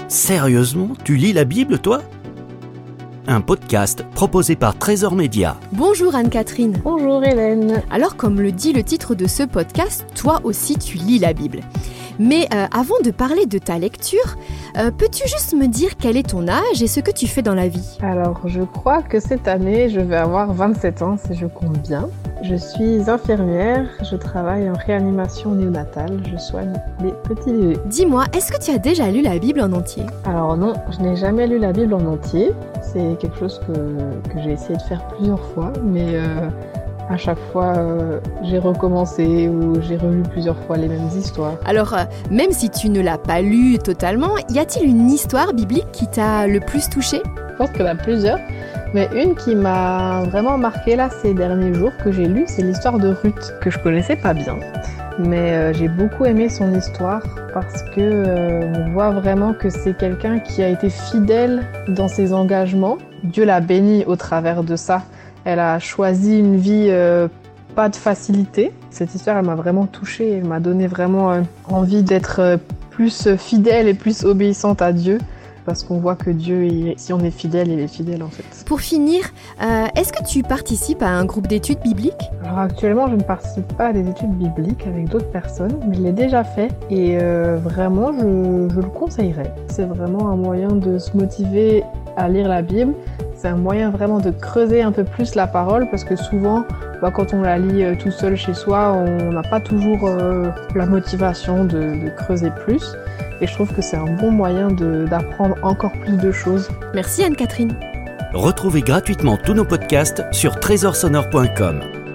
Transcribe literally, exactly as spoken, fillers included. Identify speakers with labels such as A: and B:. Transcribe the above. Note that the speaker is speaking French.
A: Sérieusement, tu lis la Bible, toi ? Un podcast proposé par Trésor Média.
B: Bonjour Anne-Catherine.
C: Bonjour Hélène.
B: Alors comme le dit le titre de ce podcast, toi aussi tu lis la Bible. Mais euh, avant de parler de ta lecture, euh, peux-tu juste me dire quel est ton âge et ce que tu fais dans la vie ?
C: Alors je crois que cette année je vais avoir vingt-sept ans si je compte bien. Je suis infirmière, je travaille en réanimation néonatale, je soigne les petits bébés.
B: Dis-moi, est-ce que tu as déjà lu la Bible en entier ?
C: Alors non, je n'ai jamais lu la Bible en entier. C'est quelque chose que, que j'ai essayé de faire plusieurs fois, mais euh, à chaque fois euh, j'ai recommencé ou j'ai relu plusieurs fois les mêmes histoires.
B: Alors, euh, même si tu ne l'as pas lu totalement, y a-t-il une histoire biblique qui t'a le plus touchée ?
C: Je pense qu'il y en a plusieurs, mais une qui m'a vraiment marquée là ces derniers jours que j'ai lue, c'est l'histoire de Ruth, que je connaissais pas bien. Mais euh, j'ai beaucoup aimé son histoire parce que euh, on voit vraiment que c'est quelqu'un qui a été fidèle dans ses engagements. Dieu l'a bénie au travers de ça. Elle a choisi une vie euh, pas de facilité. Cette histoire, elle m'a vraiment touchée. Elle m'a donné vraiment euh, envie d'être euh, plus fidèle et plus obéissante à Dieu. Parce qu'on voit que Dieu, il, si on est fidèle, il est fidèle en fait.
B: Pour finir, euh, est-ce que tu participes à un groupe d'études bibliques ?
C: Alors actuellement, je ne participe pas à des études bibliques avec d'autres personnes, mais je l'ai déjà fait et euh, vraiment, je, je le conseillerais. C'est vraiment un moyen de se motiver à lire la Bible. C'est un moyen vraiment de creuser un peu plus la parole parce que souvent, bah, quand on la lit euh, tout seul chez soi, on n'a pas toujours euh, la motivation de, de creuser plus. Et je trouve que c'est un bon moyen de, d'apprendre encore plus de choses.
B: Merci Anne-Catherine.
A: Retrouvez gratuitement tous nos podcasts sur trésor sonore point com.